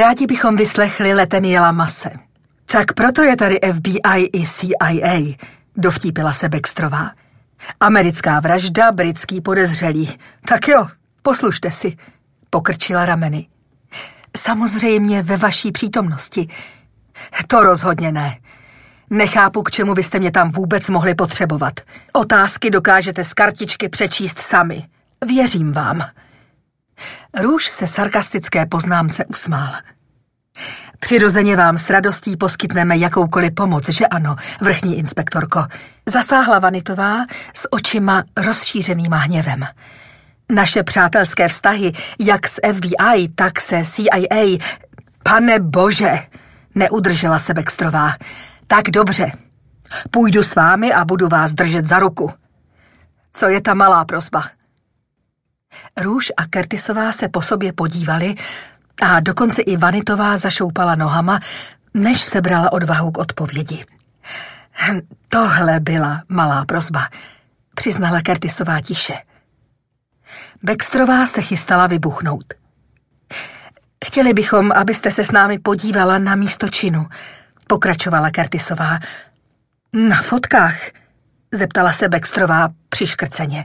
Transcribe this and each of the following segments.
Rádi bychom vyslechli Leteniela Mase. Tak proto je tady FBI i CIA, dovtípila se Baxterová. Americká vražda, britský podezřelý. Tak jo, poslušte si, pokrčila rameny. Samozřejmě ve vaší přítomnosti. To rozhodně ne. Nechápu, k čemu byste mě tam vůbec mohli potřebovat. Otázky dokážete z kartičky přečíst sami. Věřím vám. Růž se sarkastické poznámce usmál. Přirozeně vám s radostí poskytneme jakoukoliv pomoc, že ano, vrchní inspektorko. Zasáhla Vanitová s očima rozšířenýma hněvem. Naše přátelské vztahy, jak s FBI, tak se CIA... Pane bože, neudržela se Baxterová. Tak dobře, půjdu s vámi a budu vás držet za ruku. Co je ta malá prosba? Růž a Curtisová se po sobě podívali a dokonce i Vanitová zašoupala nohama, než sebrala odvahu k odpovědi. Tohle byla malá prosba, přiznala Curtisová tiše. Baxterová se chystala vybuchnout. Chtěli bychom, abyste se s námi podívala na místo činu, pokračovala Curtisová. Na fotkách? Zeptala se Baxterová přiškrceně.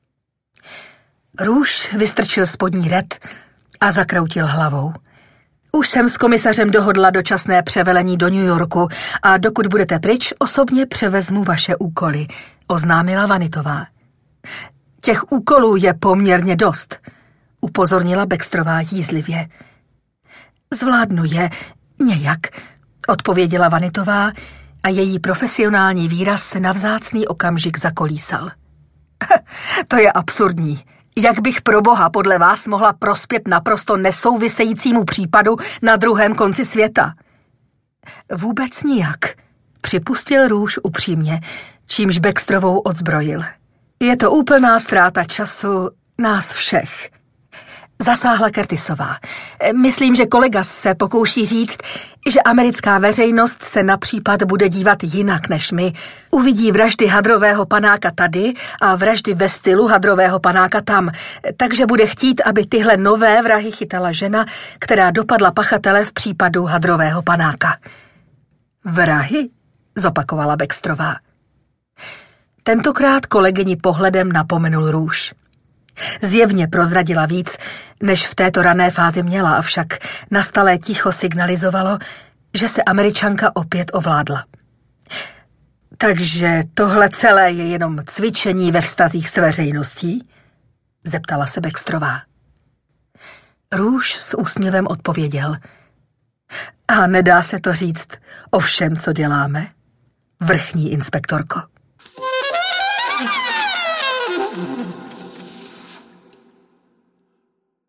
Růž vystrčil spodní red a zakroutil hlavou. Už jsem s komisařem dohodla dočasné převelení do New Yorku a dokud budete pryč, osobně převezmu vaše úkoly, oznámila Vanitová. Těch úkolů je poměrně dost, upozornila Baxterová jízlivě. Zvládnu je nějak, odpověděla Vanitová a její profesionální výraz se na vzácný okamžik zakolísal. To je absurdní. Jak bych pro boha podle vás mohla prospět naprosto nesouvisejícímu případu na druhém konci světa? Vůbec nijak, připustil Růž upřímně, čímž Baxterovou odzbrojil. Je to úplná ztráta času nás všech. Zasáhla Curtisová. Myslím, že kolega se pokouší říct, že americká veřejnost se na případ bude dívat jinak než my. Uvidí vraždy hadrového panáka tady a vraždy ve stylu hadrového panáka tam. Takže bude chtít, aby tyhle nové vrahy chytala žena, která dopadla pachatele v případu hadrového panáka. Vrahy? Zopakovala Baxterová. Tentokrát kolegyni pohledem napomenul Růž. Zjevně prozradila víc, než v této rané fázi měla, avšak nastalé ticho signalizovalo, že se Američanka opět ovládla. Takže tohle celé je jenom cvičení ve vztazích s veřejností? Zeptala se Baxterová. Růž s úsměvem odpověděl. A nedá se to říct o všem, co děláme, vrchní inspektorko.